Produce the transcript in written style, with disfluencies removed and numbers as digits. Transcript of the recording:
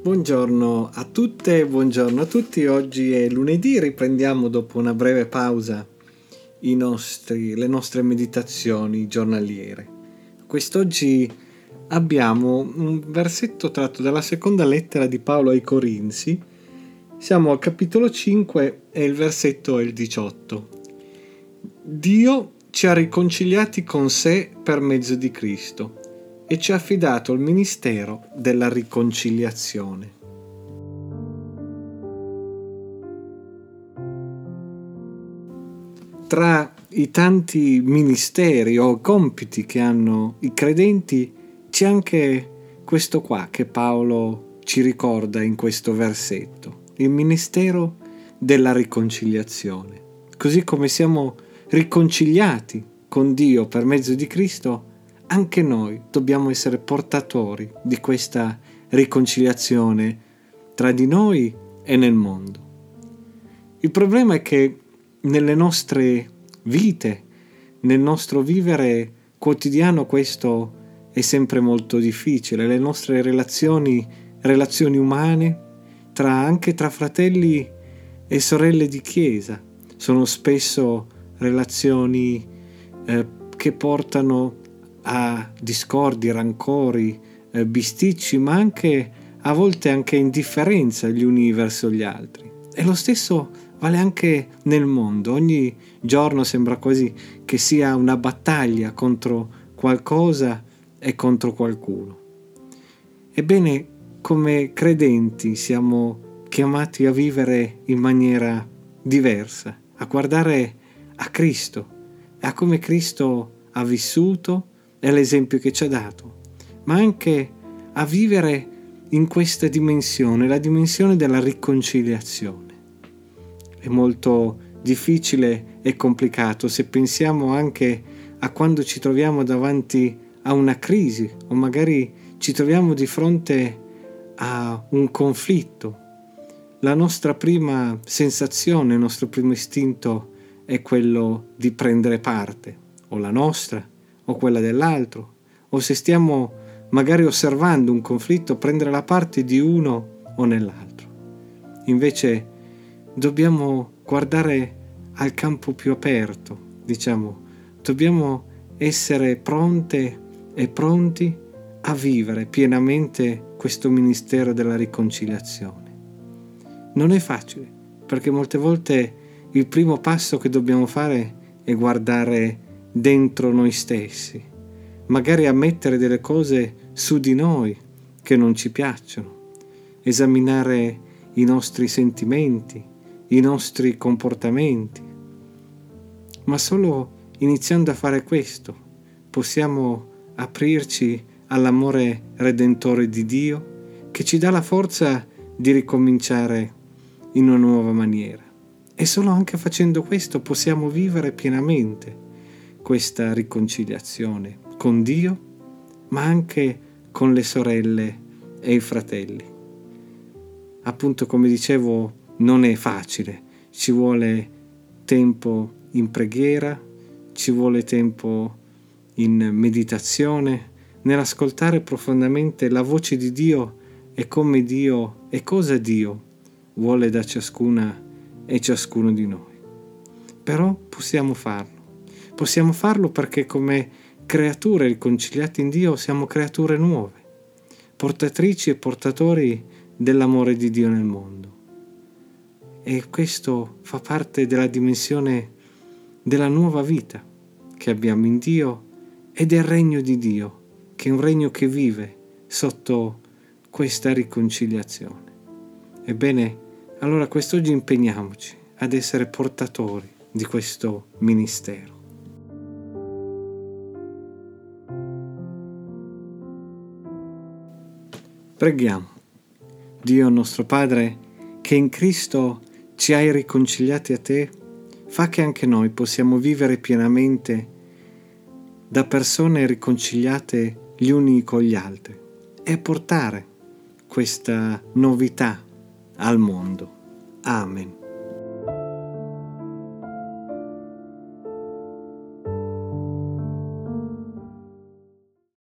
Buongiorno a tutte e buongiorno a tutti. Oggi è lunedì, riprendiamo dopo una breve pausa le nostre meditazioni giornaliere. Quest'oggi abbiamo un versetto tratto dalla seconda lettera di Paolo ai Corinzi. Siamo al capitolo 5 e il versetto è il 18. Dio ci ha riconciliati con sé per mezzo di Cristo e ci ha affidato il ministero della riconciliazione. Tra i tanti ministeri o compiti che hanno i credenti c'è anche questo qua che Paolo ci ricorda in questo versetto, il ministero della riconciliazione. Così come siamo riconciliati con Dio per mezzo di Cristo, anche noi dobbiamo essere portatori di questa riconciliazione tra di noi e nel mondo. Il problema è che nelle nostre vite, nel nostro vivere quotidiano, questo è sempre molto difficile. Le nostre relazioni umane, anche tra fratelli e sorelle di chiesa, sono spesso relazioni che portano a discordi, rancori, bisticci, ma anche a volte anche indifferenza gli uni verso gli altri. E lo stesso vale anche nel mondo. Ogni giorno sembra quasi che sia una battaglia contro qualcosa e contro qualcuno. Ebbene, come credenti siamo chiamati a vivere in maniera diversa, a guardare a Cristo, a come Cristo ha vissuto e l'esempio che ci ha dato, ma anche a vivere in questa dimensione, la dimensione della riconciliazione. È molto difficile e complicato se pensiamo anche a quando ci troviamo davanti a una crisi o magari ci troviamo di fronte a un conflitto. La nostra prima sensazione, il nostro primo istinto è quello di prendere parte, o la nostra o quella dell'altro, o se stiamo magari osservando un conflitto, prendere la parte di uno o nell'altro. Invece dobbiamo guardare al campo più aperto, dobbiamo essere pronte e pronti a vivere pienamente questo ministero della riconciliazione. Non è facile, perché molte volte il primo passo che dobbiamo fare è guardare dentro noi stessi, magari ammettere delle cose su di noi che non ci piacciono, esaminare i nostri sentimenti, i nostri comportamenti. Ma solo iniziando a fare questo possiamo aprirci all'amore redentore di Dio, che ci dà la forza di ricominciare in una nuova maniera. E solo anche facendo questo possiamo vivere pienamente questa riconciliazione con Dio, ma anche con le sorelle e i fratelli. Appunto, come dicevo, non è facile, ci vuole tempo in preghiera, ci vuole tempo in meditazione, nell'ascoltare profondamente la voce di Dio e come Dio e cosa Dio vuole da ciascuna e ciascuno di noi. Però possiamo farlo perché come creature riconciliate in Dio siamo creature nuove, portatrici e portatori dell'amore di Dio nel mondo. E questo fa parte della dimensione della nuova vita che abbiamo in Dio e del regno di Dio, che è un regno che vive sotto questa riconciliazione. Ebbene, allora quest'oggi impegniamoci ad essere portatori di questo ministero. Preghiamo. Dio nostro Padre, che in Cristo ci hai riconciliati a te, fa che anche noi possiamo vivere pienamente da persone riconciliate gli uni con gli altri e portare questa novità al mondo. Amen.